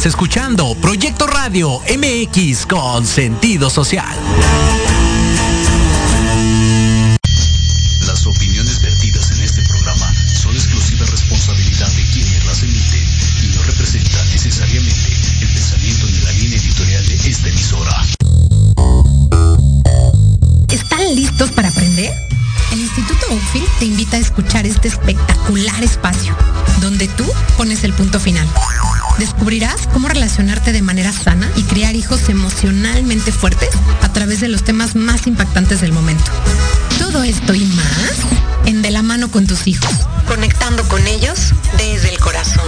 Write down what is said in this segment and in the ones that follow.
Estás escuchando Proyecto Radio MX con sentido social. Las opiniones vertidas en este programa son exclusiva responsabilidad de quienes las emiten y no representan necesariamente el pensamiento ni la línea editorial de esta emisora. ¿Están listos para aprender? El Instituto Oakfield te invita a escuchar este espectacular espacio, donde tú pones el punto final. Descubrirás cómo relacionarte de manera sana y criar hijos emocionalmente fuertes a través de los temas más impactantes del momento. Todo esto y más en De la mano con tus hijos, conectando con ellos desde el corazón.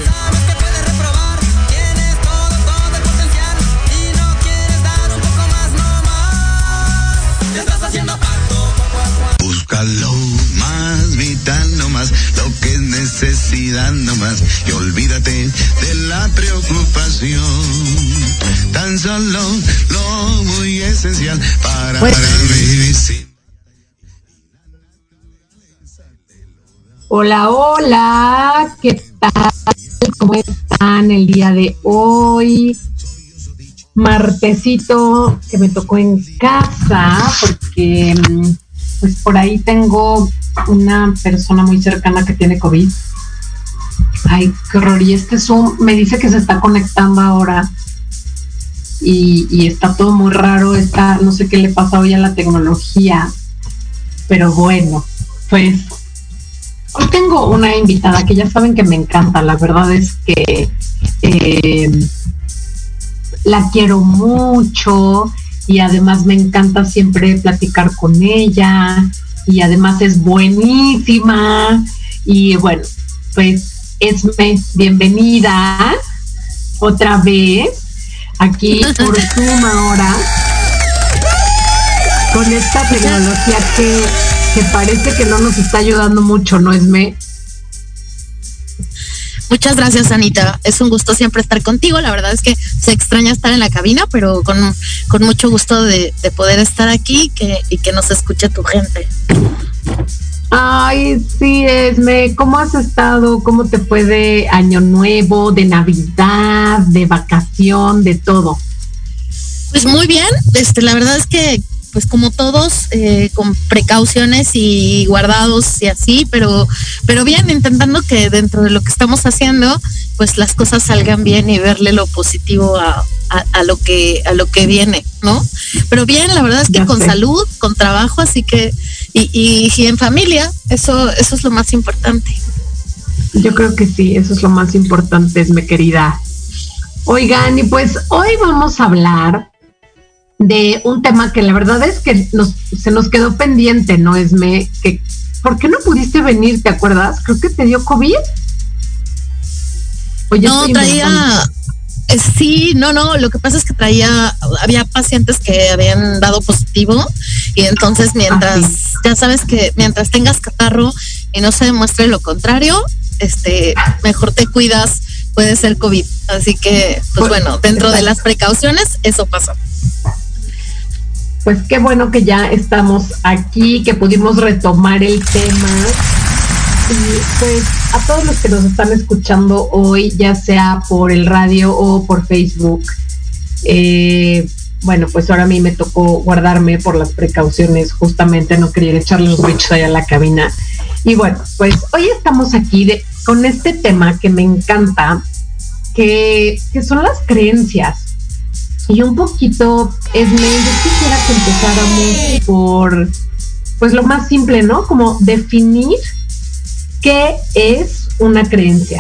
Busca lo más vital, no más, lo que es necesidad, no más, y olvídate de la preocupación. Tan solo lo muy esencial para vivir. Hola, hola, ¿qué tal? ¿Cómo están el día de hoy? Martesito que me tocó en casa porque pues por ahí tengo una persona muy cercana que tiene COVID. Ay, qué horror. Y este Zoom me dice que se está conectando ahora y está todo muy raro. No sé qué le pasa hoy a la tecnología, pero bueno, pues hoy tengo una invitada que ya saben que me encanta. La verdad es que la quiero mucho y además me encanta siempre platicar con ella y además es buenísima. Y bueno, pues Esme, bienvenida otra vez aquí por Zoom ahora con esta tecnología que parece que no nos está ayudando mucho, ¿no, Esme? Muchas gracias, Anita. Es un gusto siempre estar contigo. La verdad es que se extraña estar en la cabina, pero con mucho gusto de poder estar aquí y que nos escuche tu gente. Ay, sí, Esme, ¿cómo has estado? ¿Cómo te fue de Año Nuevo, de Navidad, de vacación, de todo? Pues muy bien. La verdad es que pues como todos, con precauciones y guardados y así, pero bien, intentando que dentro de lo que estamos haciendo, pues las cosas salgan bien y verle lo positivo a lo que viene, ¿no? Pero bien, la verdad es que con salud, con trabajo, así que, y en familia, eso es lo más importante. Yo creo que sí, eso es lo más importante, mi querida. Oigan, y pues hoy vamos a hablar de un tema que la verdad es que se nos quedó pendiente, ¿no, Esme? ¿Por qué no pudiste venir? ¿Te acuerdas? Creo que te dio COVID. No, traía... Sí, no, lo que pasa es que había pacientes que habían dado positivo y entonces ya sabes que mientras tengas catarro y no se demuestre lo contrario, mejor te cuidas, puede ser COVID. Así que, pues bueno, dentro de las precauciones, eso pasó. Pues qué bueno que ya estamos aquí, que pudimos retomar el tema. Y pues a todos los que nos están escuchando hoy, ya sea por el radio o por Facebook, bueno, pues ahora a mí me tocó guardarme por las precauciones, justamente no quería echarle los bichos allá a la cabina. Y bueno, pues hoy estamos aquí con este tema que me encanta, que son las creencias. Y un poquito, Esme, yo quisiera que empezáramos por, pues lo más simple, ¿no? Como definir qué es una creencia.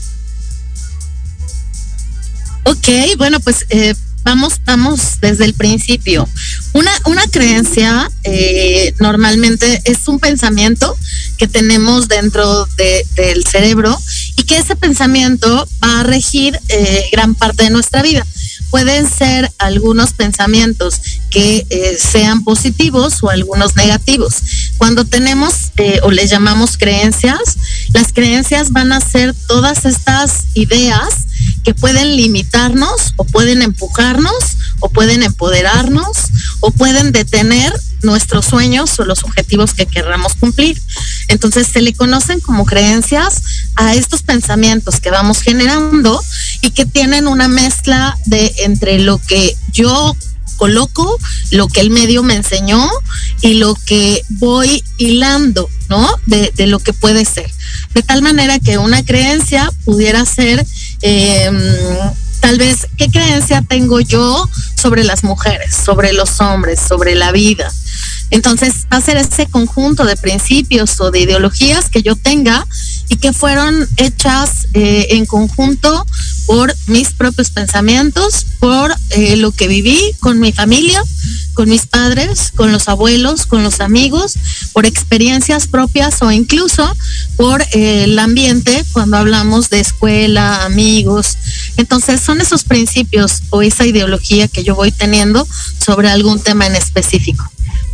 Ok, bueno, pues vamos desde el principio. Una creencia normalmente es un pensamiento que tenemos dentro del cerebro y que ese pensamiento va a regir gran parte de nuestra vida. Pueden ser algunos pensamientos que sean positivos o algunos negativos. Cuando tenemos o les llamamos creencias, las creencias van a ser todas estas ideas que pueden limitarnos o pueden empujarnos o pueden empoderarnos o pueden detener nuestros sueños o los objetivos que querramos cumplir. Entonces se le conocen como creencias a estos pensamientos que vamos generando y que tienen una mezcla de entre lo que yo coloco, lo que el medio me enseñó y lo que voy hilando, ¿no? De lo que puede ser. De tal manera que una creencia pudiera ser, tal vez, ¿qué creencia tengo yo sobre las mujeres, sobre los hombres, sobre la vida? Entonces va a ser ese conjunto de principios o de ideologías que yo tenga y que fueron hechas en conjunto por mis propios pensamientos, por lo que viví con mi familia, con mis padres, con los abuelos, con los amigos, por experiencias propias o incluso por el ambiente cuando hablamos de escuela, amigos. Entonces son esos principios o esa ideología que yo voy teniendo sobre algún tema en específico.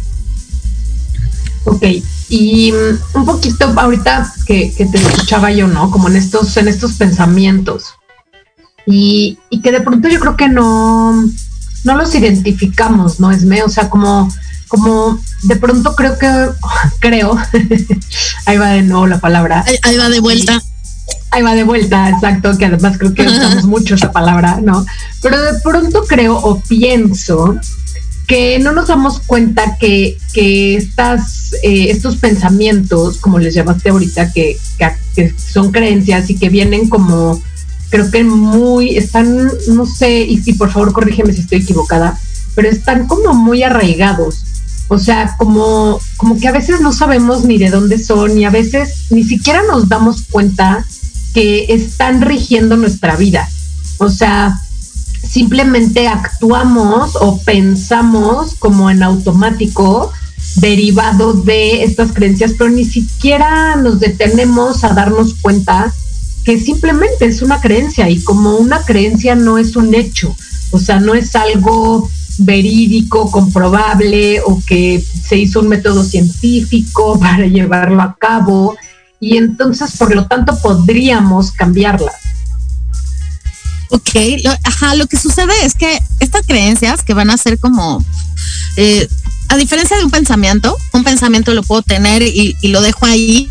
Ok, y un poquito ahorita que te escuchaba yo, ¿no? Como en estos pensamientos. Y que de pronto yo creo que no los identificamos, ¿no, Esme? O sea, como de pronto creo, ahí va de nuevo la palabra. Ahí va de vuelta. Ahí va de vuelta, exacto, que además creo que usamos mucho esa palabra, ¿no? Pero de pronto creo o pienso que no nos damos cuenta que estos pensamientos, como les llamaste ahorita, que son creencias y que vienen como, creo que están, no sé, y por favor corrígeme si estoy equivocada, pero están como muy arraigados. O sea, como que a veces no sabemos ni de dónde son y a veces ni siquiera nos damos cuenta que están rigiendo nuestra vida. O sea, simplemente actuamos o pensamos como en automático derivado de estas creencias, pero ni siquiera nos detenemos a darnos cuenta que simplemente es una creencia y como una creencia no es un hecho, o sea, no es algo verídico, comprobable o que se hizo un método científico para llevarlo a cabo y entonces por lo tanto podríamos cambiarla. Ok, lo que sucede es que estas creencias que van a ser como, a diferencia de un pensamiento lo puedo tener y lo dejo ahí,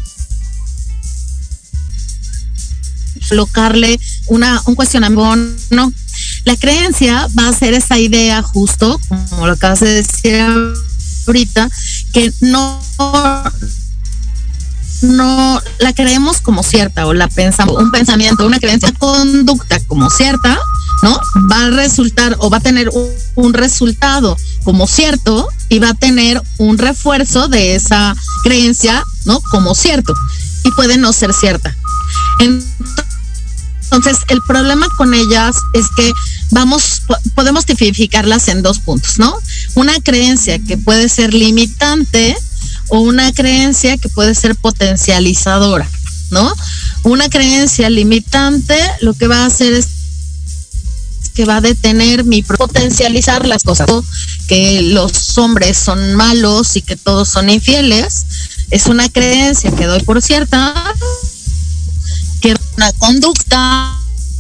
colocarle un cuestionamiento, ¿no? La creencia va a ser esa idea justo, como lo acabas de decir ahorita, que no la creemos como cierta o la pensamos, un pensamiento, una creencia, conducta como cierta, ¿no? Va a resultar o va a tener un resultado como cierto y va a tener un refuerzo de esa creencia, ¿no? Como cierto y puede no ser cierta. Entonces, el problema con ellas es que podemos tipificarlas en dos puntos, ¿no? Una creencia que puede ser limitante o una creencia que puede ser potencializadora, ¿no? Una creencia limitante lo que va a hacer es que va a detener potencializar las cosas, que los hombres son malos y que todos son infieles. Es una creencia que doy por cierta, que una conducta,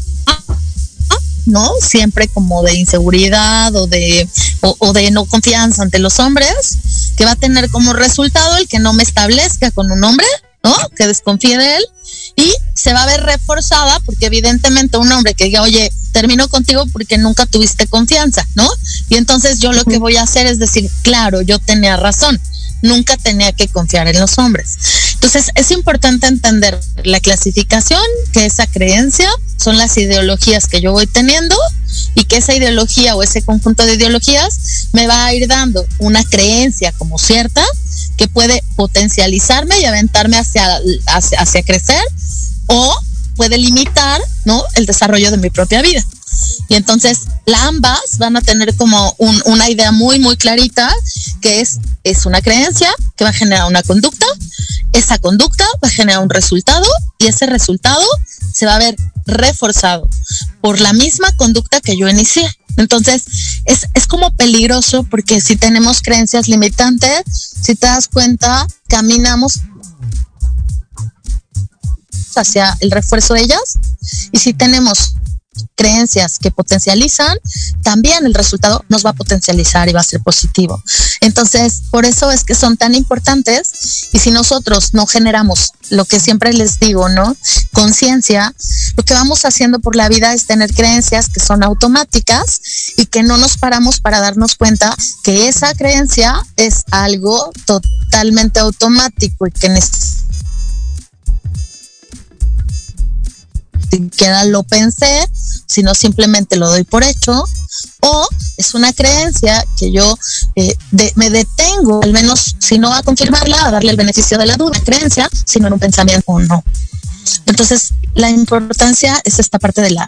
¿no? Siempre como de inseguridad o de no confianza ante los hombres, que va a tener como resultado el que no me establezca con un hombre, ¿no? Que desconfíe de él y se va a ver reforzada porque evidentemente un hombre que diga, oye, termino contigo porque nunca tuviste confianza, ¿no? Y entonces yo lo que voy a hacer es decir, claro, yo tenía razón, nunca tenía que confiar en los hombres. Entonces es importante entender la clasificación, que esa creencia son las ideologías que yo voy teniendo y que esa ideología o ese conjunto de ideologías me va a ir dando una creencia como cierta que puede potencializarme y aventarme hacia crecer o puede limitar, ¿no?, el desarrollo de mi propia vida. Y entonces ambas van a tener como una idea muy, muy clarita, que es una creencia que va a generar una conducta, esa conducta va a generar un resultado y ese resultado se va a ver reforzado por la misma conducta que yo inicié. Entonces es como peligroso porque si tenemos creencias limitantes, si te das cuenta, caminamos hacia el refuerzo de ellas, y si tenemos creencias que potencializan, también el resultado nos va a potencializar y va a ser positivo. Entonces, por eso es que son tan importantes, y si nosotros no generamos lo que siempre les digo, ¿no? Conciencia, lo que vamos haciendo por la vida es tener creencias que son automáticas y que no nos paramos para darnos cuenta que esa creencia es algo totalmente automático y que ni siquiera lo pensé, sino simplemente lo doy por hecho, o es una creencia que yo me detengo, al menos si no a confirmarla, a darle el beneficio de la duda, una creencia, sino en un pensamiento o no. Entonces, la importancia es esta parte de la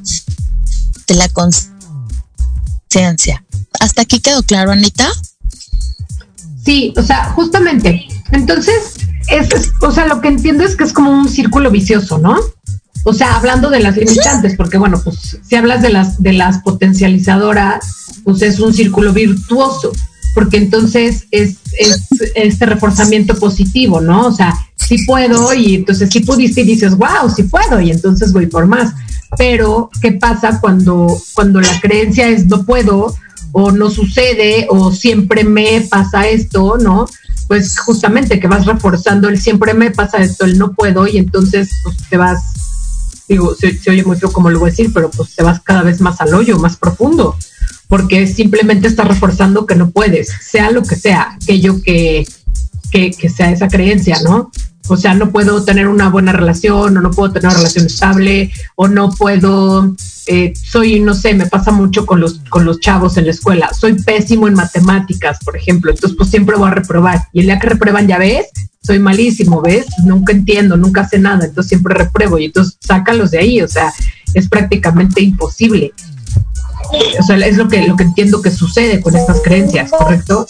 conciencia. ¿Hasta aquí quedó claro, Anita? Sí, o sea, justamente. Entonces, o sea, lo que entiendo es que es como un círculo vicioso, ¿no? O sea, hablando de las limitantes, porque bueno, pues si hablas de las potencializadoras, pues es un círculo virtuoso, porque entonces es este reforzamiento positivo, ¿no? O sea, sí puedo, y entonces sí pudiste y dices, wow, sí puedo, y entonces voy por más. Pero, ¿qué pasa cuando la creencia es no puedo, o no sucede, o siempre me pasa esto, ¿no? Pues justamente que vas reforzando el siempre me pasa esto, el no puedo, y entonces pues te vas, digo, se oye muy feo como lo voy a decir, pero pues te vas cada vez más al hoyo, más profundo, porque simplemente estás reforzando que no puedes, sea lo que sea, aquello que sea esa creencia, ¿no? O sea, no puedo tener una buena relación, o no puedo tener una relación estable, o no puedo, no sé, me pasa mucho con los chavos en la escuela, soy pésimo en matemáticas, por ejemplo, entonces pues siempre voy a reprobar, y el día que reprueban, ya ves, soy malísimo, ¿ves? Nunca entiendo, nunca sé nada, entonces siempre repruebo, y entonces sácalos de ahí, o sea, es prácticamente imposible. O sea, es lo que entiendo que sucede con estas creencias, ¿correcto?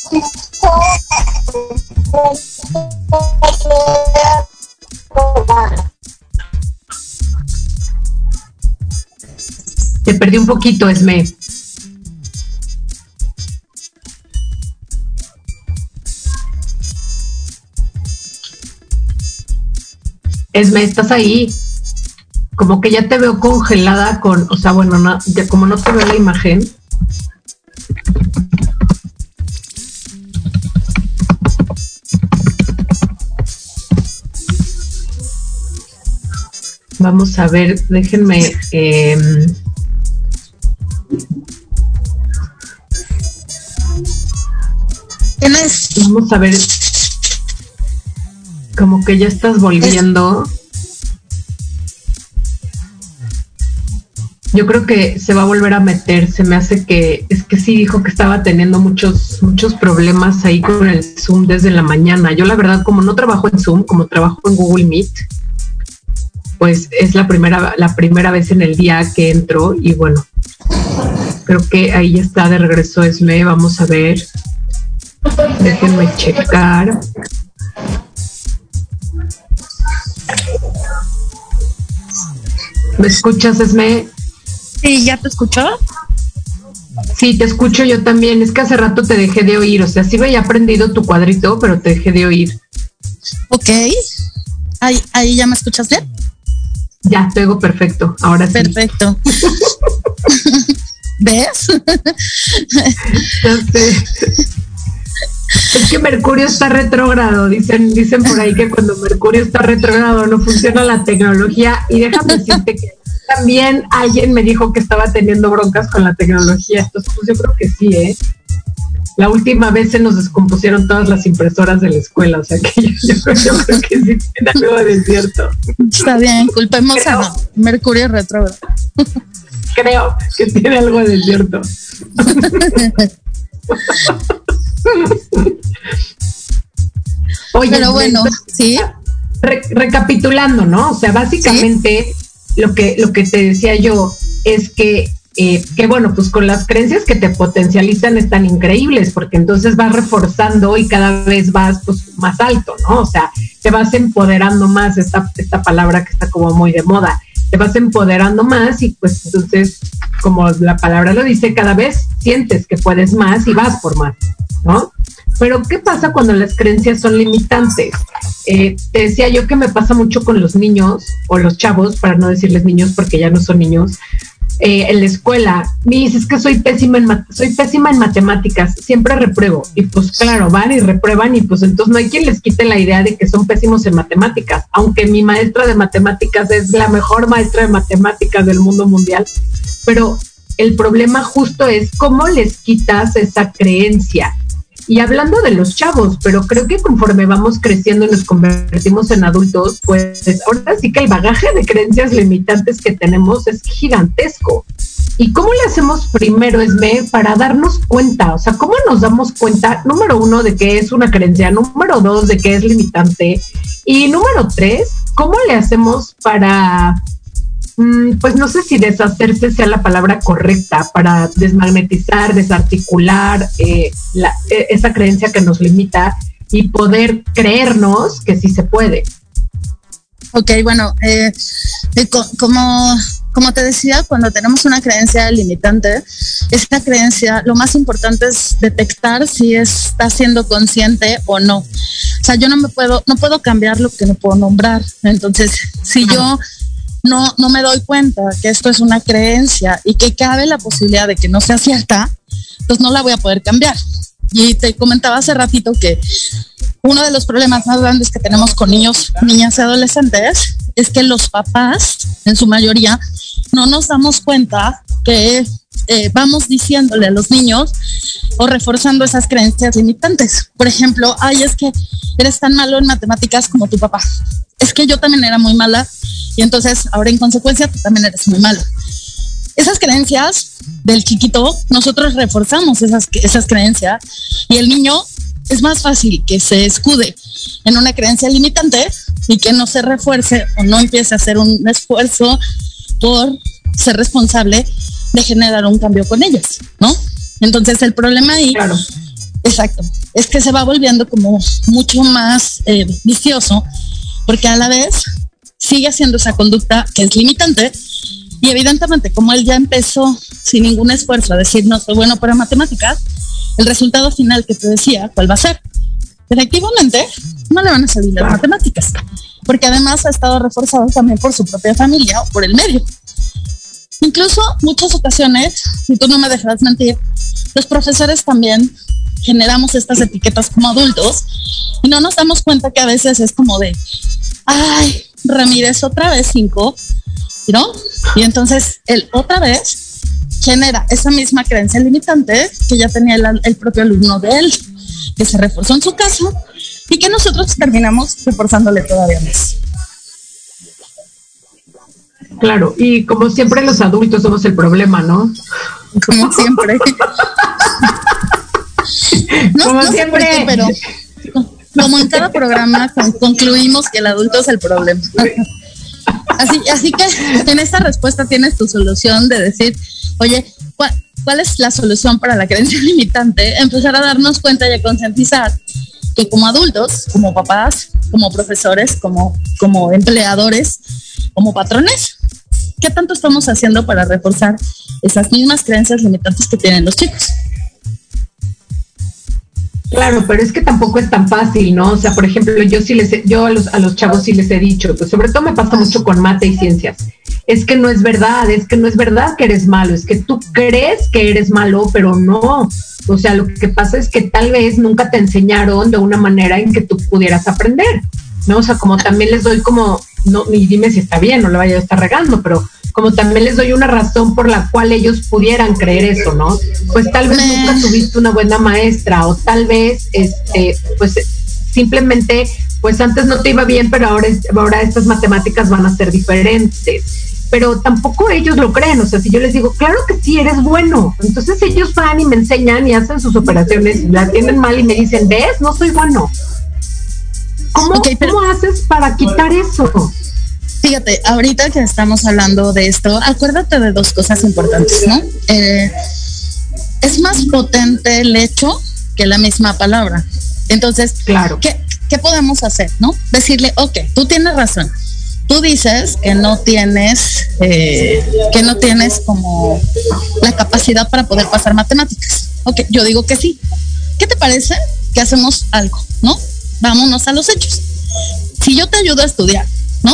Te perdí un poquito, Esme. Esme, ¿estás ahí? Como que ya te veo congelada o sea, bueno, no, ya como no te veo la imagen. Vamos a ver, déjenme. Vamos a ver. Como que ya estás volviendo. Yo creo que se va a volver a meter. Se me hace que es que sí dijo que estaba teniendo muchos problemas ahí con el Zoom desde la mañana. Yo la verdad, como no trabajo en Zoom, como trabajo en Google Meet, pues es la primera vez en el día que entro, y bueno, creo que ahí ya está de regreso Esme. Vamos a ver, déjenme checar. ¿Me escuchas, Esme? Sí, ¿ya te escuchó? Sí, te escucho yo también. Es que hace rato te dejé de oír, o sea, sí veía prendido tu cuadrito, pero te dejé de oír. Ok, ahí ya me escuchas bien. Ya, te oigo perfecto, ahora sí. Perfecto. ¿Ves? Ya sé. Es que Mercurio está retrógrado, dicen por ahí que cuando Mercurio está retrógrado no funciona la tecnología, y déjame decirte que también alguien me dijo que estaba teniendo broncas con la tecnología, entonces pues yo creo que sí, La última vez se nos descompusieron todas las impresoras de la escuela, o sea que yo creo que sí tiene algo de cierto. Está bien, culpemos a Mercurio retrógrado. Creo que tiene algo de cierto. Oye, pero bueno, sí. Recapitulando, ¿no? O sea, básicamente lo que te decía yo es que bueno, pues con las creencias que te potencializan están increíbles, porque entonces vas reforzando y cada vez vas pues más alto, ¿no? O sea, te vas empoderando más, esta palabra que está como muy de moda, te vas empoderando más, y pues entonces, como la palabra lo dice, cada vez sientes que puedes más y vas por más, ¿no? Pero ¿qué pasa cuando las creencias son limitantes? Te decía yo que me pasa mucho con los niños, o los chavos, para no decirles niños porque ya no son niños, en la escuela, Miss, es que soy pésima en matemáticas, siempre repruebo. Y pues claro, van y reprueban y pues entonces no hay quien les quite la idea de que son pésimos en matemáticas, aunque mi maestra de matemáticas es la mejor maestra de matemáticas del mundo mundial. Pero el problema justo es cómo les quitas esa creencia. Y hablando de los chavos, pero creo que conforme vamos creciendo y nos convertimos en adultos, pues ahora sí que el bagaje de creencias limitantes que tenemos es gigantesco. ¿Y cómo le hacemos primero, Esme, para darnos cuenta? O sea, ¿cómo nos damos cuenta, número 1, de que es una creencia, número 2, de que es limitante? Y número 3, ¿cómo le hacemos para... pues no sé si deshacerse sea la palabra correcta, para desmagnetizar, desarticular esa creencia que nos limita y poder creernos que sí se puede? Ok, bueno, como te decía, cuando tenemos una creencia limitante, esta creencia, lo más importante es detectar si está siendo consciente o no. O sea, yo no puedo cambiar lo que no puedo nombrar. Entonces, si yo no me doy cuenta que esto es una creencia y que cabe la posibilidad de que no sea cierta, pues no la voy a poder cambiar. Y te comentaba hace ratito que uno de los problemas más grandes que tenemos con niños, niñas y adolescentes es que los papás, en su mayoría, no nos damos cuenta que vamos diciéndole a los niños o reforzando esas creencias limitantes. Por ejemplo, ay, es que eres tan malo en matemáticas como tu papá. Es que yo también era muy mala y entonces ahora en consecuencia tú también eres muy malo. Esas creencias del chiquito, nosotros reforzamos esas creencias y el niño es más fácil que se escude en una creencia limitante y que no se refuerce o no empiece a hacer un esfuerzo por ser responsable de generar un cambio con ellas, ¿no? Entonces el problema ahí, claro, exacto, es que se va volviendo como mucho más vicioso, porque a la vez sigue haciendo esa conducta que es limitante y evidentemente como él ya empezó sin ningún esfuerzo a decir no soy bueno para matemáticas, el resultado final que te decía, ¿cuál va a ser? Efectivamente, no le van a salir las matemáticas, porque además ha estado reforzado también por su propia familia o por el medio. Incluso muchas ocasiones, si tú no me dejarás mentir, los profesores también generamos estas etiquetas como adultos y no nos damos cuenta que a veces es como de, ay, Ramírez otra vez 5, ¿no? Y entonces él otra vez genera esa misma creencia limitante que ya tenía el propio alumno de él, que se reforzó en su casa y que nosotros terminamos reforzándole todavía más. Claro, y como siempre los adultos somos el problema, ¿no? Como siempre. No siempre, qué, pero como en cada programa concluimos que el adulto es el problema. Así que en esta respuesta tienes tu solución de decir, oye, ¿cuál es la solución para la creencia limitante? Empezar a darnos cuenta y a concientizar que como adultos, como papás, como profesores, como empleadores, como patrones, ¿qué tanto estamos haciendo para reforzar esas mismas creencias limitantes que tienen los chicos? Claro, pero es que tampoco es tan fácil, ¿no? O sea, por ejemplo, yo a los chavos sí les he dicho, pues sobre todo me pasa mucho con mate y ciencias. Es que no es verdad que eres malo, es que tú crees que eres malo, pero no. O sea, lo que pasa es que tal vez nunca te enseñaron de una manera en que tú pudieras aprender, ¿no? O sea, como también les doy como, no, y dime si está bien, no le vaya a estar regando, pero como también les doy una razón por la cual ellos pudieran creer eso, ¿no? Pues tal vez nunca tuviste una buena maestra o tal vez, pues simplemente, pues antes no te iba bien, pero ahora estas matemáticas van a ser diferentes. Pero tampoco ellos lo creen, o sea, si yo les digo, claro que sí, eres bueno, entonces ellos van y me enseñan y hacen sus operaciones, la tienen mal y me dicen, ¿ves? No soy bueno. ¿Cómo haces para quitar eso? Fíjate, ahorita que estamos hablando de esto, acuérdate de dos cosas importantes, ¿no? Es más potente el hecho que la misma palabra. Entonces, claro, ¿qué podemos hacer, no? Decirle, ok, tú tienes razón. Tú dices que no tienes como la capacidad para poder pasar matemáticas. Ok, yo digo que sí. ¿Qué te parece que hacemos algo, no? Vámonos a los hechos. Si yo te ayudo a estudiar, ¿no?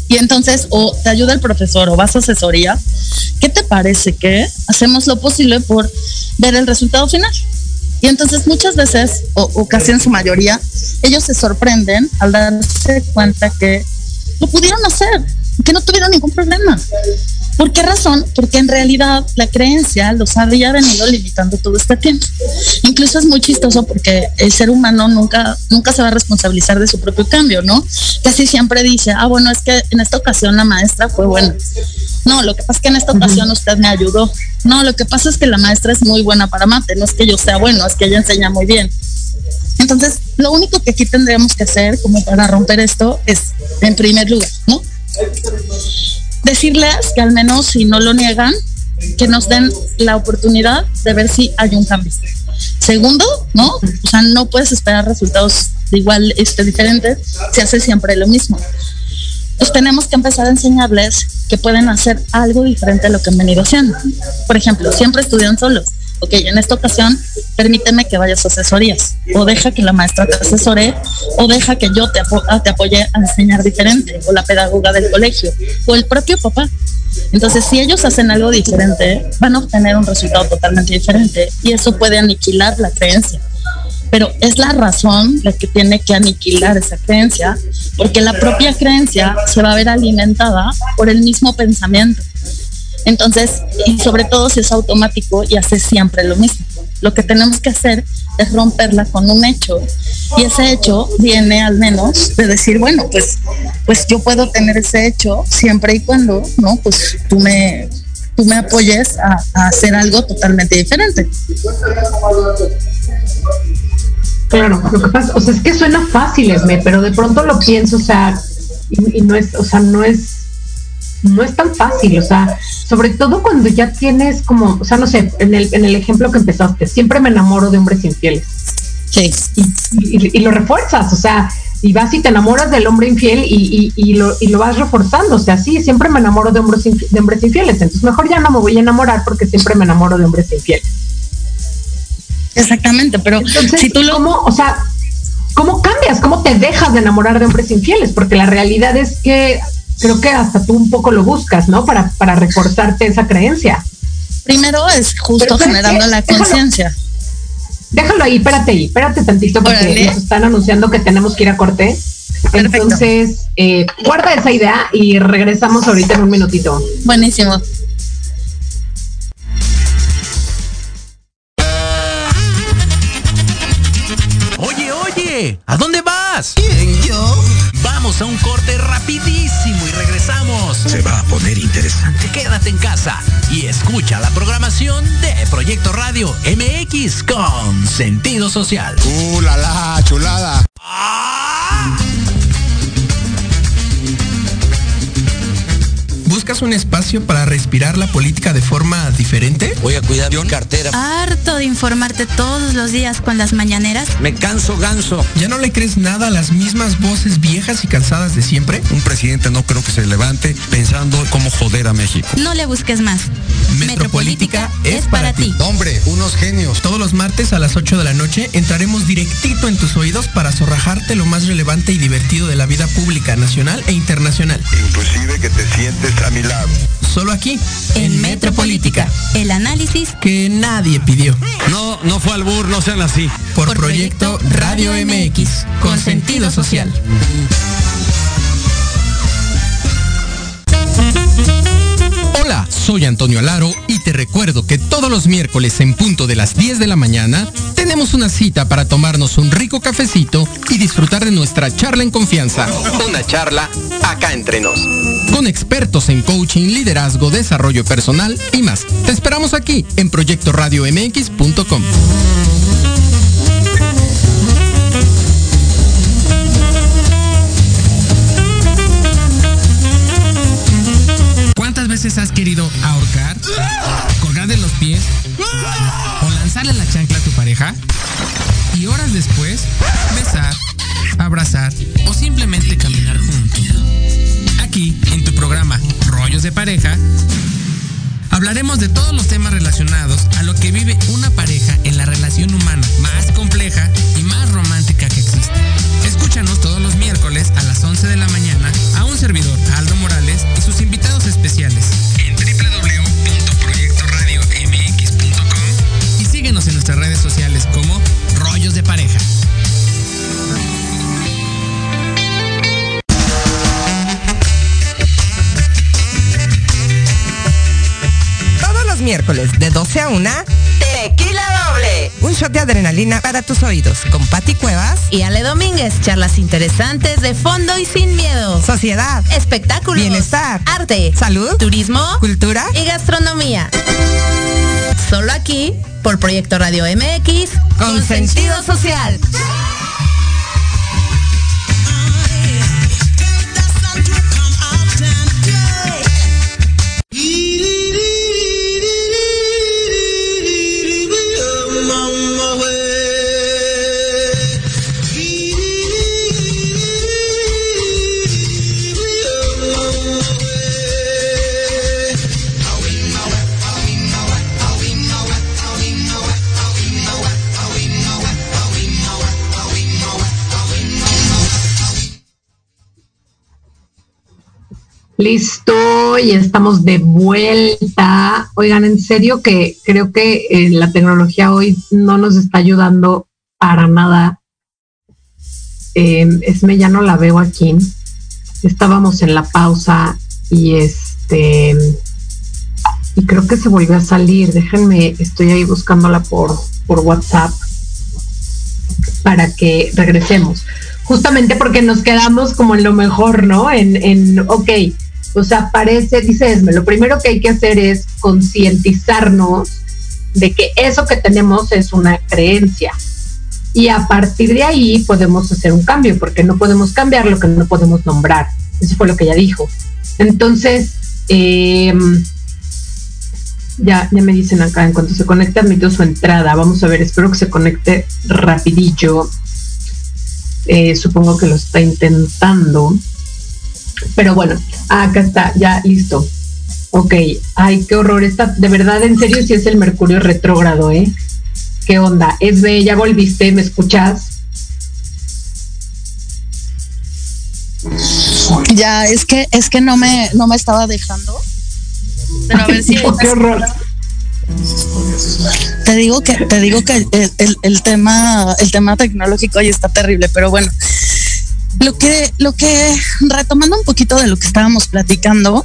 Y entonces o te ayuda el profesor o vas a asesoría, ¿qué te parece que hacemos lo posible por ver el resultado final? Y entonces muchas veces, o casi en su mayoría, ellos se sorprenden al darse cuenta que lo pudieron hacer, que no tuvieron ningún problema. ¿Por qué razón? Porque en realidad la creencia los había venido limitando todo este tiempo. Incluso es muy chistoso porque el ser humano nunca se va a responsabilizar de su propio cambio, ¿no? Casi siempre dice, bueno, es que en esta ocasión la maestra fue buena. No, lo que pasa es que en esta ocasión usted me ayudó. No, lo que pasa es que la maestra es muy buena para mate, no es que yo sea bueno, es que ella enseña muy bien. Entonces, lo único que aquí tendríamos que hacer como para romper esto es, en primer lugar, ¿no?, decirles que al menos si no lo niegan, que nos den la oportunidad de ver si hay un cambio. Segundo, ¿no? O sea, no puedes esperar resultados igual diferentes si haces siempre lo mismo. Pues tenemos que empezar a enseñarles que pueden hacer algo diferente a lo que han venido haciendo. Por ejemplo, siempre estudian solos. Ok, en esta ocasión, permíteme que vayas a asesorías, o deja que la maestra te asesore, o deja que yo te apoye a enseñar diferente, o la pedagoga del colegio, o el propio papá. Entonces, si ellos hacen algo diferente, van a obtener un resultado totalmente diferente, y eso puede aniquilar la creencia. Pero es la razón la que tiene que aniquilar esa creencia, porque la propia creencia se va a ver alimentada por el mismo pensamiento. Entonces, y sobre todo si es automático y hace siempre lo mismo. Lo que tenemos que hacer es romperla con un hecho. Y ese hecho viene al menos de decir, bueno, pues yo puedo tener ese hecho siempre y cuando, ¿no? Pues tú me apoyes a hacer algo totalmente diferente. Claro, lo que pasa, o sea, es que suena fácil, Esme, pero de pronto lo pienso, o sea, y no es, o sea, no es tan fácil, o sea, sobre todo cuando ya tienes como, o sea, no sé, en el ejemplo que empezaste, siempre me enamoro de hombres infieles. Sí. Y lo refuerzas, o sea, y vas y te enamoras del hombre infiel y lo vas reforzando, o sea, sí, siempre me enamoro de hombres infieles, entonces mejor ya no me voy a enamorar porque siempre me enamoro de hombres infieles. Exactamente, pero entonces, si tú ¿cómo cambias? ¿Cómo te dejas de enamorar de hombres infieles? Porque la realidad es que creo que hasta tú un poco lo buscas, ¿no? Para reforzarte esa creencia. Primero es justo generando la conciencia. Déjalo ahí, espérate tantito porque Órale. nos están anunciando que tenemos que ir a corte. Perfecto. Entonces, guarda esa idea y regresamos ahorita en un minutito. Buenísimo. Oye, ¿a dónde vas? ¿Quién, yo? Vamos a un corte rapidísimo y regresamos. Se va a poner interesante. Quédate en casa y escucha la programación de Proyecto Radio MX con sentido social. La la, chulada. ¿Buscas un espacio para respirar la política de forma diferente? Voy a cuidar mi cartera. Harto de informarte todos los días con las mañaneras. Me canso ganso. ¿Ya no le crees nada a las mismas voces viejas y cansadas de siempre? Un presidente no creo que se levante pensando cómo joder a México. No le busques más. Metropolítica es para ti. Hombre, unos genios. Todos los martes a las 8 de la noche entraremos directito en tus oídos para zorrajarte lo más relevante y divertido de la vida pública nacional e internacional. Inclusive que te sientes a mi lado. Solo aquí, En Metropolítica, el análisis que nadie pidió. No fue albur, no sean así. Por Proyecto Radio MX, con sentido social. Hola, soy Antonio Alaro y te recuerdo que todos los miércoles en punto de las 10 de la mañana tenemos una cita para tomarnos un rico cafecito y disfrutar de nuestra charla en confianza. Una charla acá entre nos. Con expertos en coaching, liderazgo, desarrollo personal y más. Te esperamos aquí en proyectoradiomx.com. ¿Cuántas veces has querido ahorcar, colgar de los pies o lanzarle la chancla a tu pareja? Y horas después, besar, abrazar o simplemente caminar juntos. Aquí, en tu programa Rollos de Pareja, hablaremos de todos los temas relacionados a lo que vive una pareja en la relación humana más compleja y más romántica que existe. Escúchanos todos los miércoles a las 11 de la mañana a un servidor, Aldo miércoles de 12 a 1, Tequila Doble. Un shot de adrenalina para tus oídos con Pati Cuevas y Ale Domínguez. Charlas interesantes de fondo y sin miedo. Sociedad, espectáculos, bienestar, arte, salud, turismo, cultura y gastronomía. Solo aquí por Proyecto Radio MX con sentido social. Listo, y estamos de vuelta. Oigan, en serio que creo que la tecnología hoy no nos está ayudando para nada. Esme ya no la veo aquí. Estábamos en la pausa y y creo que se volvió a salir. Déjenme, estoy ahí buscándola por WhatsApp para que regresemos. Justamente porque nos quedamos como en lo mejor, ¿no? Ok, o sea, dice Esme, lo primero que hay que hacer es concientizarnos de que eso que tenemos es una creencia. Y a partir de ahí podemos hacer un cambio, porque no podemos cambiar lo que no podemos nombrar. Eso fue lo que ella dijo. Entonces, ya me dicen acá, en cuanto se conecte, admito su entrada. Vamos a ver, espero que se conecte rapidillo. Supongo que lo está intentando. Pero bueno, acá está, ya listo. Ok, ay, qué horror. De verdad, en serio, sí es el Mercurio retrógrado, ¿eh? ¿Qué onda? Esbe, ya volviste, ¿me escuchas? Ya, es que no me estaba dejando. Pero a ver si oh, qué horror. Te digo que el tema tecnológico ahí está terrible, pero bueno, lo que retomando un poquito de lo que estábamos platicando,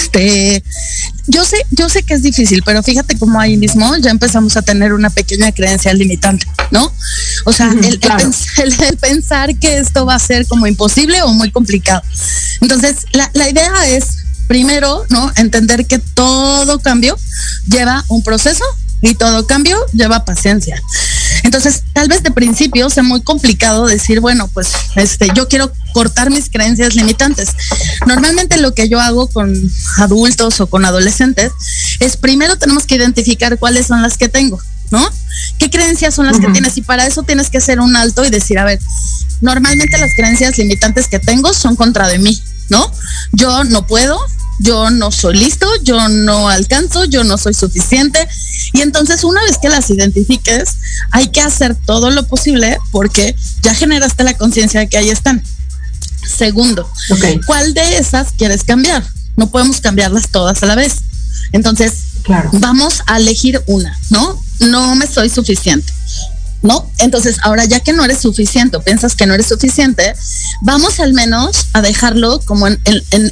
yo sé que es difícil, pero fíjate cómo ahí mismo ya empezamos a tener una pequeña creencia limitante, ¿no? O sea, claro. el pensar que esto va a ser como imposible o muy complicado. Entonces, la idea es primero, ¿no? Entender que todo cambio lleva un proceso y todo cambio lleva paciencia. Entonces, tal vez de principio sea muy complicado decir, bueno, pues yo quiero cortar mis creencias limitantes. Normalmente lo que yo hago con adultos o con adolescentes es primero tenemos que identificar cuáles son las que tengo, ¿no? ¿Qué creencias son las que tienes? Y para eso tienes que hacer un alto y decir, a ver, normalmente las creencias limitantes que tengo son contra de mí, ¿no? Yo no puedo, yo no soy listo, yo no alcanzo, yo no soy suficiente. Y entonces una vez que las identifiques, hay que hacer todo lo posible porque ya generaste la conciencia de que ahí están. Segundo, ¿cuál de esas quieres cambiar? No podemos cambiarlas todas a la vez. Entonces, claro, vamos a elegir una, ¿no? No me soy suficiente, ¿no? Entonces, ahora ya que no eres suficiente, piensas que no eres suficiente, vamos al menos a dejarlo como en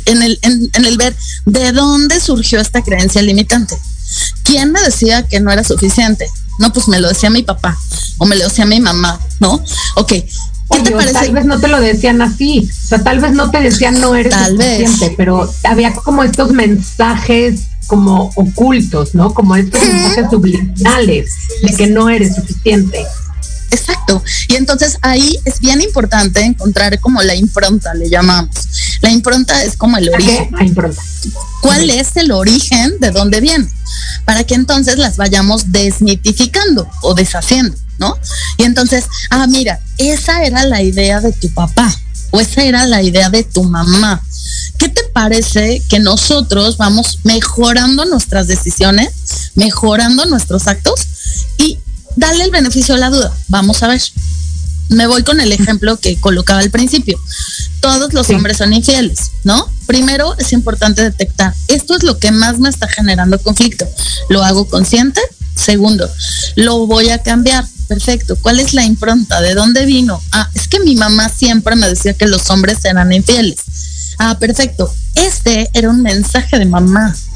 el ver de dónde surgió esta creencia limitante. ¿Quién me decía que no era suficiente? No, pues me lo decía mi papá o me lo decía mi mamá, ¿no? Ok, ¿qué te parece? Tal vez no te lo decían así, o sea, tal vez no te decían no eres suficiente, pero había como estos mensajes como ocultos, ¿no? Como estos mensajes subliminales de que no eres suficiente. Exacto. Y entonces ahí es bien importante encontrar como la impronta, le llamamos. La impronta es como el origen. La impronta. ¿Cuál es el origen de dónde viene? Para que entonces las vayamos desmitificando o deshaciendo, ¿no? Y entonces, mira, esa era la idea de tu papá o esa era la idea de tu mamá. ¿Qué te parece que nosotros vamos mejorando nuestras decisiones, mejorando nuestros actos y darle el beneficio de la duda? Vamos a ver. Me voy con el ejemplo que colocaba al principio. Todos los hombres son infieles, ¿no? Primero es importante detectar, esto es lo que más me está generando conflicto. ¿Lo hago consciente? Segundo, ¿lo voy a cambiar? Perfecto. ¿Cuál es la impronta? ¿De dónde vino? Es que mi mamá siempre me decía que los hombres eran infieles. Perfecto. Este era un mensaje de mamá.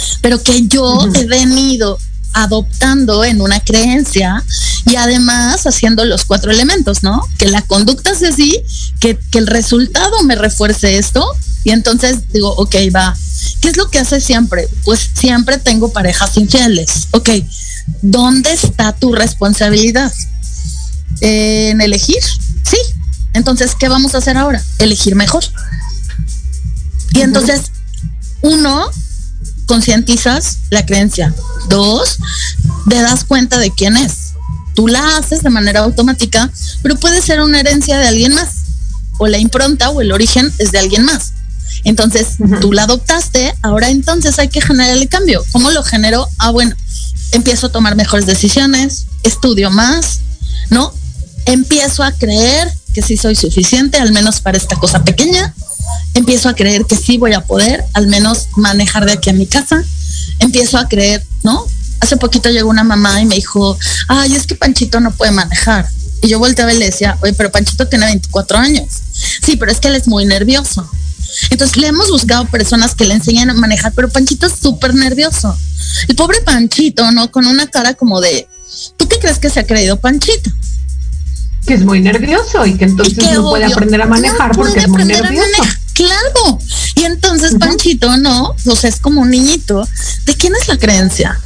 pero que yo he venido adoptando en una creencia y además haciendo los 4 elementos, ¿no? Que la conducta sea así, que el resultado me refuerce esto y entonces digo, ok, va. ¿Qué es lo que hace siempre? Pues siempre tengo parejas infieles. Ok, ¿dónde está tu responsabilidad? ¿En elegir? Sí. Entonces, ¿qué vamos a hacer ahora? Elegir mejor. Y entonces, 1, concientizas la creencia. 2, te das cuenta de quién es. Tú la haces de manera automática, pero puede ser una herencia de alguien más. O la impronta o el origen es de alguien más. Entonces, tú la adoptaste, ahora entonces hay que generar el cambio. ¿Cómo lo genero? Bueno, empiezo a tomar mejores decisiones, estudio más, ¿no? Empiezo a creer que sí soy suficiente, al menos para esta cosa pequeña. Empiezo a creer que sí voy a poder, al menos manejar de aquí a mi casa. Empiezo a creer, ¿no? Hace poquito llegó una mamá y me dijo, ay, es que Panchito no puede manejar. Y yo volteaba y le decía, oye, pero Panchito tiene 24 años. Sí, pero es que él es muy nervioso. Entonces le hemos buscado personas que le enseñan a manejar, pero Panchito es súper nervioso. El pobre Panchito, ¿no? Con una cara como de, ¿tú qué crees que se ha creído Panchito? Que es muy nervioso y que entonces no puede aprender a manejar porque es muy nervioso. Claro. Y entonces Panchito, ¿no? O sea, es como un niñito. ¿De quién es la creencia?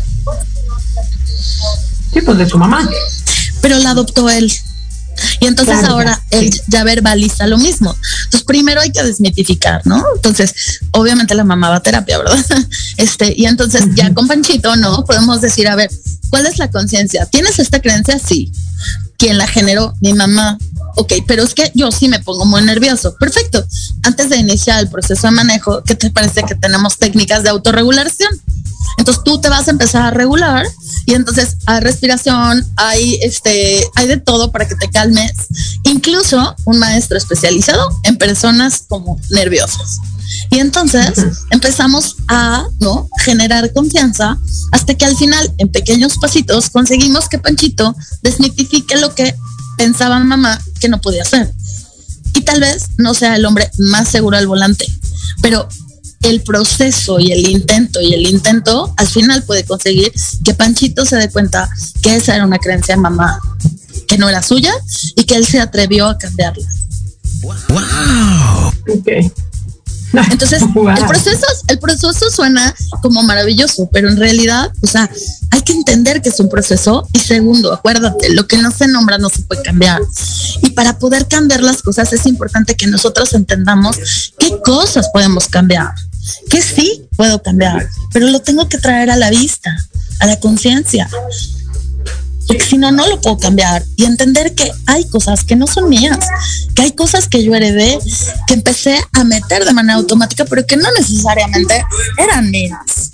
Sí, pues de su mamá. Pero la adoptó él. Y entonces ahora él ya verbaliza lo mismo. Entonces primero hay que desmitificar, ¿no? Entonces, obviamente la mamá va a terapia, ¿verdad? Y entonces ya con Panchito, ¿no? Podemos decir, a ver, ¿cuál es la conciencia? ¿Tienes esta creencia? Sí. ¿Quién la generó? Mi mamá. Ok, pero es que yo sí me pongo muy nervioso. Perfecto. Antes de iniciar el proceso de manejo, ¿qué te parece que tenemos técnicas de autorregulación? Entonces tú te vas a empezar a regular y entonces hay respiración, hay de todo para que te calmes. Incluso un maestro especializado en personas como nerviosas. Y entonces empezamos a generar confianza hasta que al final, en pequeños pasitos, conseguimos que Panchito desmitifique lo que pensaba mamá que no podía hacer. Y tal vez no sea el hombre más seguro al volante, pero el proceso y el intento al final puede conseguir que Panchito se dé cuenta que esa era una creencia de mamá que no era suya y que él se atrevió a cambiarla. Wow. Okay. Entonces, el proceso suena como maravilloso, pero en realidad, o sea, hay que entender que es un proceso. Y segundo, acuérdate, lo que no se nombra no se puede cambiar. Y para poder cambiar las cosas es importante que nosotros entendamos qué cosas podemos cambiar, que sí puedo cambiar, pero lo tengo que traer a la vista, a la conciencia. Porque si no, no lo puedo cambiar. Y entender que hay cosas que no son mías, que hay cosas que yo heredé, que empecé a meter de manera automática, pero que no necesariamente eran mías.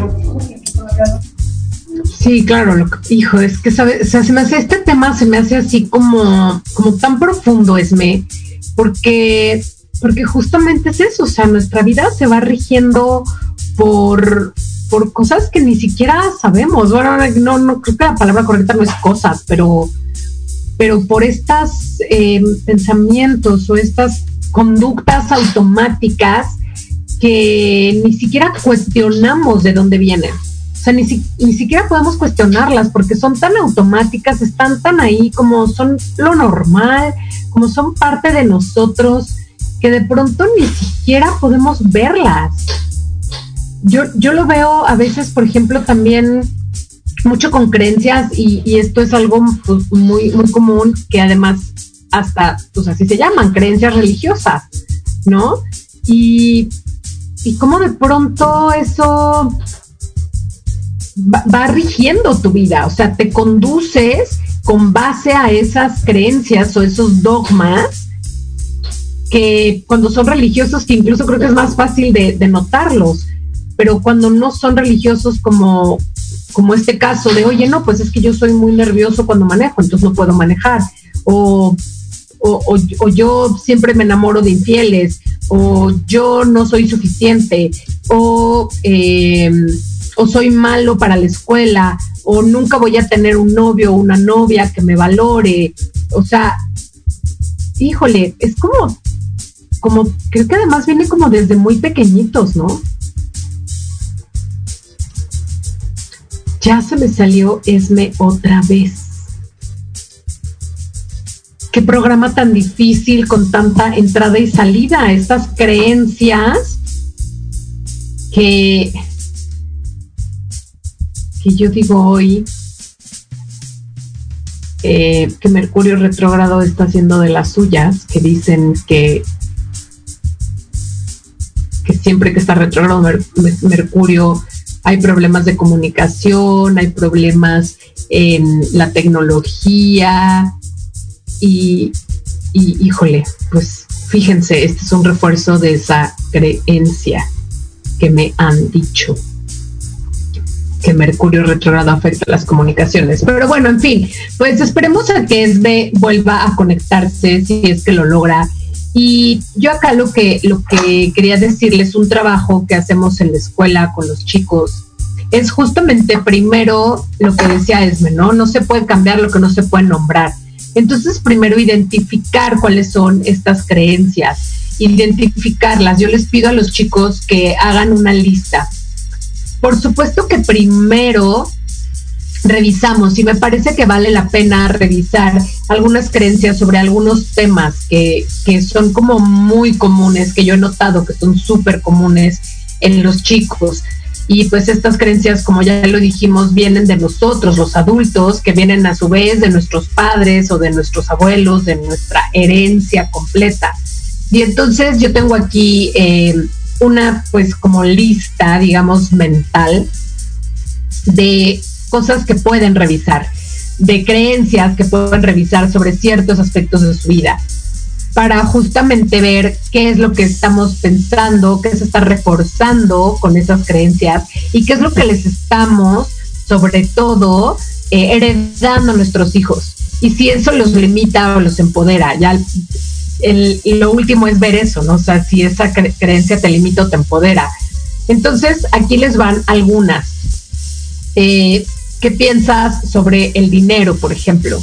Sí, claro, hijo, es que sabes, o sea, se me hace este tema, se me hace así como tan profundo, Esme, porque justamente es eso, o sea, nuestra vida se va rigiendo por cosas que ni siquiera sabemos. Bueno, no creo que la palabra correcta no es cosas, pero por estas pensamientos o estas conductas automáticas que ni siquiera cuestionamos de dónde vienen. O sea, ni siquiera podemos cuestionarlas porque son tan automáticas, están tan ahí como son lo normal, como son parte de nosotros, que de pronto ni siquiera podemos verlas. Yo lo veo a veces, por ejemplo, también mucho con creencias y esto es algo pues, muy, muy común, que además hasta, pues así se llaman, creencias religiosas, ¿no? Y cómo de pronto eso va rigiendo tu vida, o sea, te conduces con base a esas creencias o esos dogmas que cuando son religiosos, que incluso creo que es más fácil de notarlos, pero cuando no son religiosos como este caso de, oye, no, pues es que yo soy muy nervioso cuando manejo, entonces no puedo manejar, o yo siempre me enamoro de infieles, o yo no soy suficiente, o soy malo para la escuela, o nunca voy a tener un novio o una novia que me valore. O sea, híjole, es como creo que además viene como desde muy pequeñitos, ¿no? Ya se me salió Esme otra vez. Qué programa tan difícil con tanta entrada y salida. Estas creencias que yo digo hoy, que Mercurio retrógrado está haciendo de las suyas, que dicen que siempre que está retrógrado Mercurio hay problemas de comunicación, hay problemas en la tecnología y híjole, pues fíjense, este es un refuerzo de esa creencia que me han dicho, que Mercurio retrógrado afecta las comunicaciones. Pero bueno, en fin, pues esperemos a que Esme vuelva a conectarse, si es que lo logra. Y yo acá lo que quería decirles, un trabajo que hacemos en la escuela con los chicos, es justamente primero lo que decía Esme, ¿no? No se puede cambiar lo que no se puede nombrar. Entonces, primero identificar cuáles son estas creencias, identificarlas. Yo les pido a los chicos que hagan una lista. Por supuesto que primero revisamos, y me parece que vale la pena revisar algunas creencias sobre algunos temas que son como muy comunes, que yo he notado que son súper comunes en los chicos. Y pues estas creencias, como ya lo dijimos, vienen de nosotros, los adultos, que vienen a su vez de nuestros padres o de nuestros abuelos, de nuestra herencia completa. Y entonces yo tengo aquí una pues como lista, digamos, mental de cosas que pueden revisar, de creencias que pueden revisar sobre ciertos aspectos de su vida, para justamente ver qué es lo que estamos pensando, qué se está reforzando con esas creencias y qué es lo que les estamos, sobre todo, heredando a nuestros hijos. Y si eso los limita o los empodera, ya lo último es ver eso, ¿no? O sea, si esa creencia te limita o te empodera. Entonces, aquí les van algunas. ¿Qué piensas sobre el dinero, por ejemplo?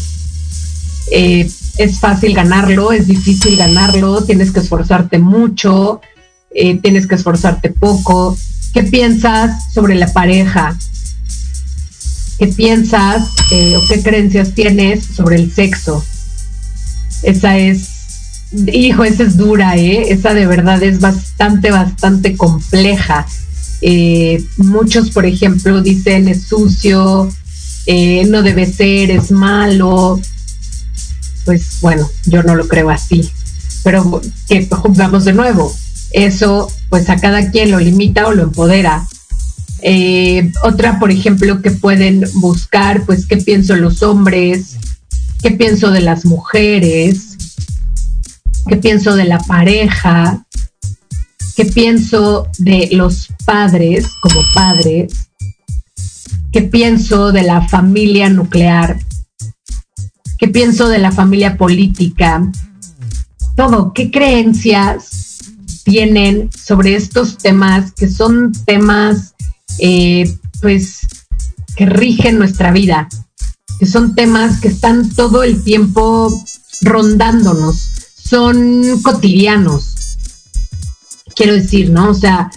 Es fácil ganarlo, es difícil ganarlo, tienes que esforzarte mucho, tienes que esforzarte poco. ¿Qué piensas sobre la pareja? ¿Qué piensas o qué creencias tienes sobre el sexo? Esa es dura, esa de verdad es bastante compleja. Muchos, por ejemplo, dicen es sucio, no debe ser, es malo. Pues bueno, yo no lo creo así, pero que juzgamos de nuevo, eso pues a cada quien lo limita o lo empodera. Otra, por ejemplo, que pueden buscar, pues qué pienso de los hombres, qué pienso de las mujeres, qué pienso de la pareja, qué pienso de los padres como padres, qué pienso de la familia nuclear, qué pienso de la familia política, todo, qué creencias tienen sobre estos temas que son temas pues que rigen nuestra vida, que son temas que están todo el tiempo rondándonos, son cotidianos, quiero decir, ¿no? O sea,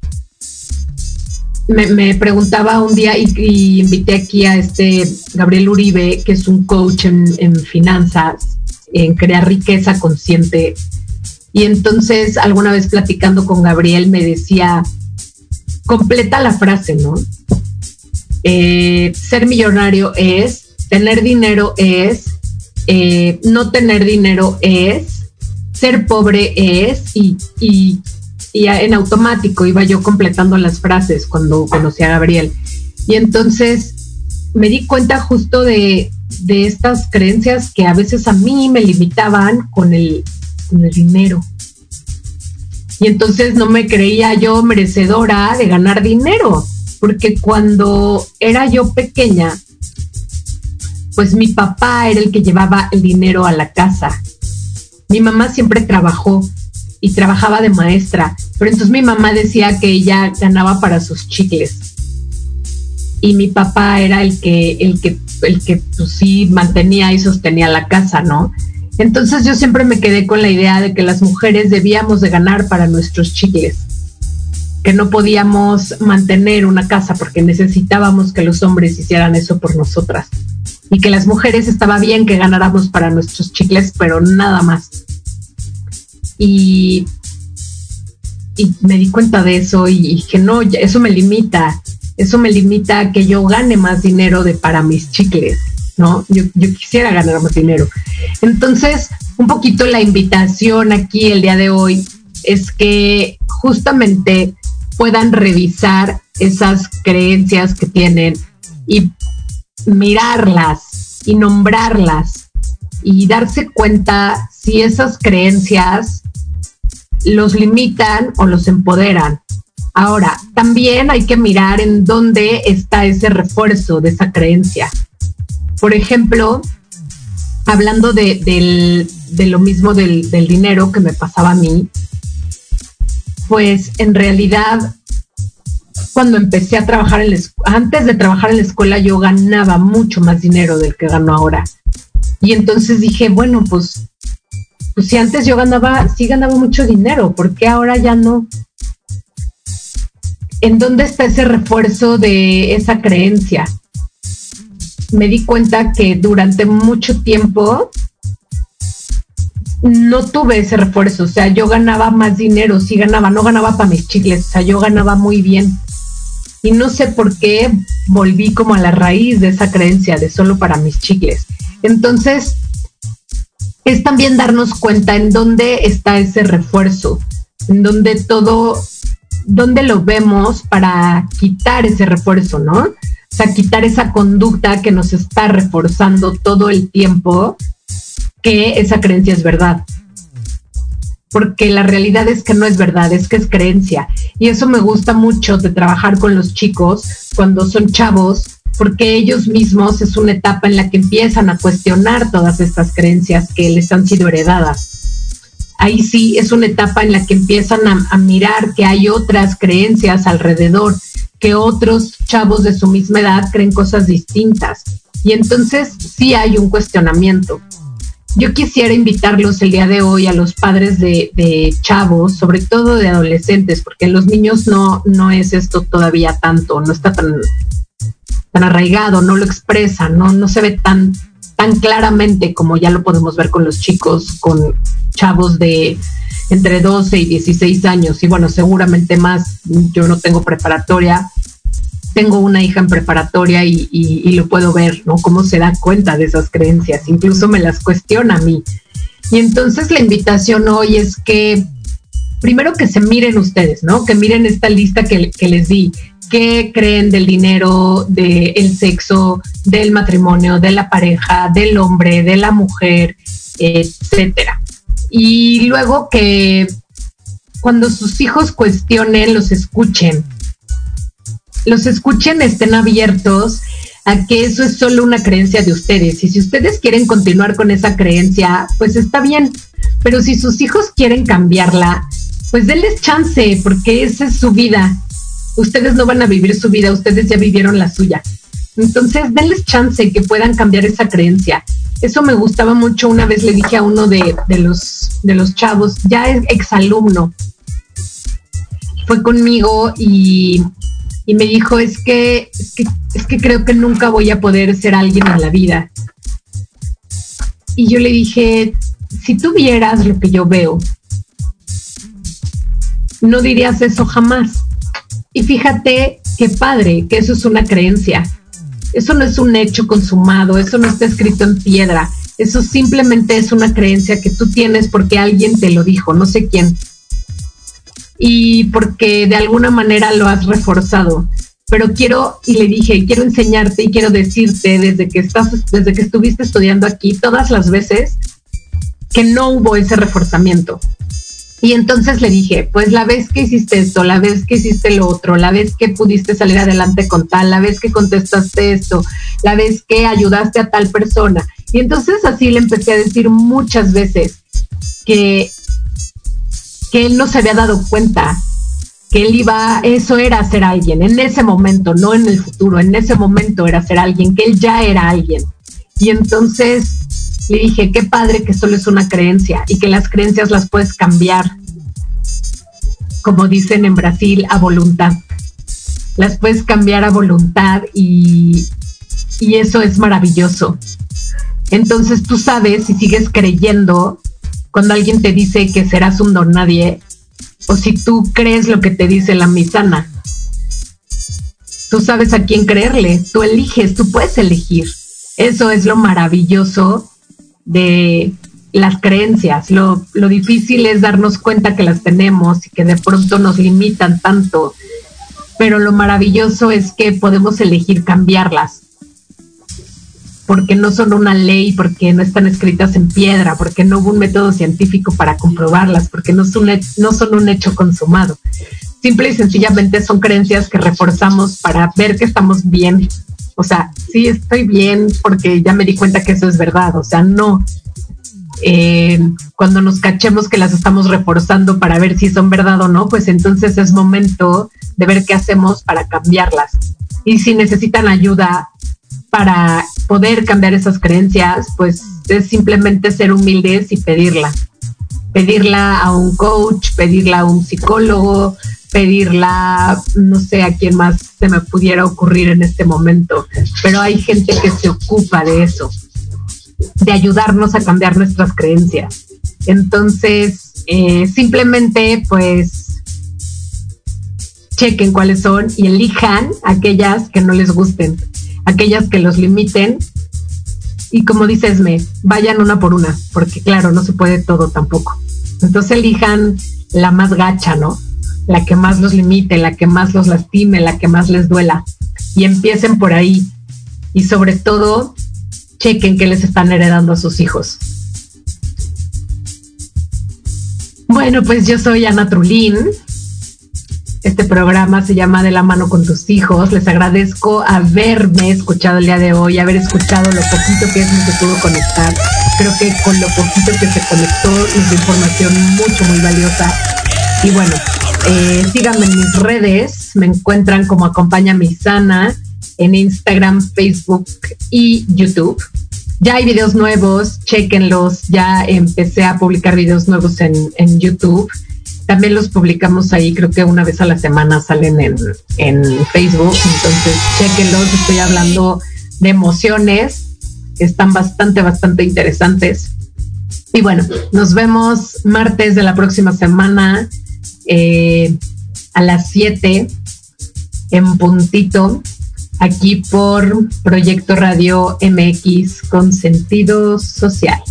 me preguntaba un día y invité aquí a Gabriel Uribe, que es un coach en finanzas, en crear riqueza consciente. Y entonces alguna vez platicando con Gabriel me decía, completa la frase, ¿no? Ser millonario es, tener dinero es, no tener dinero es, ser pobre es, y en automático iba yo completando las frases cuando conocí a Gabriel. Y entonces me di cuenta justo de estas creencias que a veces a mí me limitaban con el dinero. Y entonces no me creía yo merecedora de ganar dinero, porque cuando era yo pequeña, pues mi papá era el que llevaba el dinero a la casa. Mi mamá siempre trabajó y trabajaba de maestra, pero entonces mi mamá decía que ella ganaba para sus chicles y mi papá era el que pues sí mantenía y sostenía la casa, ¿no? Entonces yo siempre me quedé con la idea de que las mujeres debíamos de ganar para nuestros chicles. que no podíamos mantener una casa porque necesitábamos que los hombres hicieran eso por nosotras. Y que las mujeres estaba bien que ganáramos para nuestros chicles, pero nada más. Y me di cuenta de eso y dije, no, eso me limita a que yo gane más dinero para mis chicles, ¿no? Yo quisiera ganar más dinero. Entonces, un poquito la invitación aquí el día de hoy es que justamente puedan revisar esas creencias que tienen y mirarlas y nombrarlas y darse cuenta si esas creencias los limitan o los empoderan. Ahora, también hay que mirar en dónde está ese refuerzo de esa creencia. Por ejemplo, hablando de lo mismo del dinero que me pasaba a mí, pues en realidad cuando empecé a trabajar antes de trabajar en la escuela yo ganaba mucho más dinero del que gano ahora. Y entonces dije, bueno, pues si antes yo ganaba mucho dinero, ¿por qué ahora ya no? ¿En dónde está ese refuerzo de esa creencia? Me di cuenta que durante mucho tiempo no tuve ese refuerzo, o sea, yo ganaba más dinero, no ganaba para mis chicles, o sea, yo ganaba muy bien. Y no sé por qué volví como a la raíz de esa creencia de solo para mis chicles. Entonces, es también darnos cuenta en dónde está ese refuerzo, en dónde lo vemos para quitar ese refuerzo, ¿no? O sea, quitar esa conducta que nos está reforzando todo el tiempo que esa creencia es verdad. Porque la realidad es que no es verdad, es que es creencia. Y eso me gusta mucho de trabajar con los chicos cuando son chavos, porque ellos mismos es una etapa en la que empiezan a cuestionar todas estas creencias que les han sido heredadas. Ahí sí es una etapa en la que empiezan a mirar que hay otras creencias alrededor, que otros chavos de su misma edad creen cosas distintas. Y entonces sí hay un cuestionamiento. Yo quisiera invitarlos el día de hoy a los padres de chavos, sobre todo de adolescentes, porque en los niños no es esto todavía tanto, no está tan arraigado, no lo expresa, no se ve tan claramente como ya lo podemos ver con los chicos, con chavos de entre 12 y 16 años, y bueno, seguramente más. Yo no tengo preparatoria, tengo una hija en preparatoria y lo puedo ver, ¿no? Cómo se da cuenta de esas creencias, incluso me las cuestiona a mí. Y entonces la invitación hoy es que primero que se miren ustedes, ¿no? Que miren esta lista que les di. ¿Qué creen del dinero, del sexo, del matrimonio, de la pareja, del hombre, de la mujer, etcétera? Y luego que cuando sus hijos cuestionen, los escuchen, estén abiertos a que eso es solo una creencia de ustedes. Y si ustedes quieren continuar con esa creencia, pues está bien. Pero si sus hijos quieren cambiarla, pues denles chance, porque esa es su vida. Ustedes no van a vivir su vida, ustedes ya vivieron la suya. Entonces, denles chance que puedan cambiar esa creencia. Eso me gustaba mucho. Una vez le dije a uno de los chavos, ya es exalumno, fue conmigo y me dijo, es que creo que nunca voy a poder ser alguien en la vida. Y yo le dije, si tú vieras lo que yo veo, no dirías eso jamás. Y fíjate qué padre, que eso es una creencia. Eso no es un hecho consumado, eso no está escrito en piedra. Eso simplemente es una creencia que tú tienes porque alguien te lo dijo, no sé quién. Y porque de alguna manera lo has reforzado. Pero le dije, quiero enseñarte y quiero decirte desde que estuviste estudiando aquí, todas las veces que no hubo ese reforzamiento. Y entonces le dije, pues la vez que hiciste esto, la vez que hiciste lo otro, la vez que pudiste salir adelante con tal, la vez que contestaste esto, la vez que ayudaste a tal persona. Y entonces así le empecé a decir muchas veces que él no se había dado cuenta, que eso era ser alguien, en ese momento, no en el futuro, en ese momento era ser alguien, que él ya era alguien. Y entonces le dije, qué padre que solo es una creencia y que las creencias las puedes cambiar. como dicen en Brasil, a voluntad. Las puedes cambiar a voluntad y eso es maravilloso. Entonces tú sabes si sigues creyendo cuando alguien te dice que serás un don nadie, o si tú crees lo que te dice la misana. Tú sabes a quién creerle, tú eliges, tú puedes elegir. Eso es lo maravilloso de las creencias. Lo difícil es darnos cuenta que las tenemos y que de pronto nos limitan tanto. Pero lo maravilloso es que podemos elegir cambiarlas. Porque no son una ley, porque no están escritas en piedra, porque no hubo un método científico para comprobarlas, porque no son un hecho consumado. Simple y sencillamente son creencias que reforzamos para ver que estamos bien. O sea, sí estoy bien porque ya me di cuenta que eso es verdad. O sea, no. Cuando nos cachemos que las estamos reforzando para ver si son verdad o no, pues entonces es momento de ver qué hacemos para cambiarlas. Y si necesitan ayuda para poder cambiar esas creencias, pues es simplemente ser humildes y pedirla. Pedirla a un coach, pedirla a un psicólogo, pedirla, no sé a quién más se me pudiera ocurrir en este momento, pero hay gente que se ocupa de eso, de ayudarnos a cambiar nuestras creencias. Entonces, simplemente pues chequen cuáles son y elijan aquellas que no les gusten, aquellas que los limiten, y como dice Esme, vayan una por una, porque claro, no se puede todo tampoco. Entonces elijan la más gacha, ¿no? La que más los limite, la que más los lastime, la que más les duela, y empiecen por ahí. Y sobre todo, chequen qué les están heredando a sus hijos. Bueno, pues yo soy Ana Trulín. Este programa se llama De la mano con tus hijos. Les agradezco haberme escuchado el día de hoy, haber escuchado lo poquito que se pudo conectar. Creo que con lo poquito que se conectó es de información muy valiosa. Y bueno, síganme en mis redes. Me encuentran como Acompaña Misana en Instagram, Facebook y YouTube. Ya hay videos nuevos, chéquenlos. Ya empecé a publicar videos nuevos en YouTube. También los publicamos ahí, creo que una vez a la semana salen en Facebook. Entonces, chéquenlos. Estoy hablando de emociones que están bastante interesantes. Y bueno, nos vemos martes de la próxima semana a las 7 en puntito, aquí por Proyecto Radio MX con sentido social.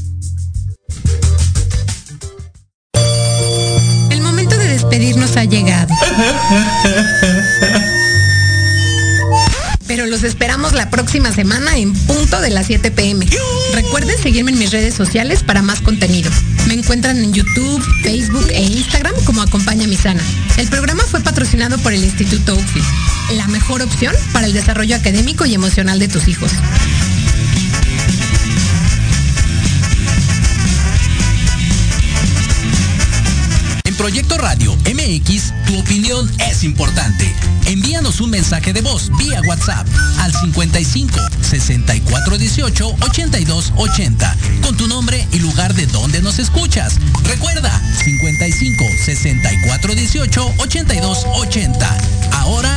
El momento de despedirnos ha llegado. Pero los esperamos la próxima semana en punto de las 7 p.m. Recuerden seguirme en mis redes sociales para más contenido. Me encuentran en YouTube, Facebook e Instagram como Acompaña Misana. El programa fue patrocinado por el Instituto UCFI, la mejor opción para el desarrollo académico y emocional de tus hijos. Proyecto Radio MX, tu opinión es importante. Envíanos un mensaje de voz vía WhatsApp al 55 64 18 82 80 con tu nombre y lugar de donde nos escuchas. Recuerda, 55 64 18 82 80. Ahora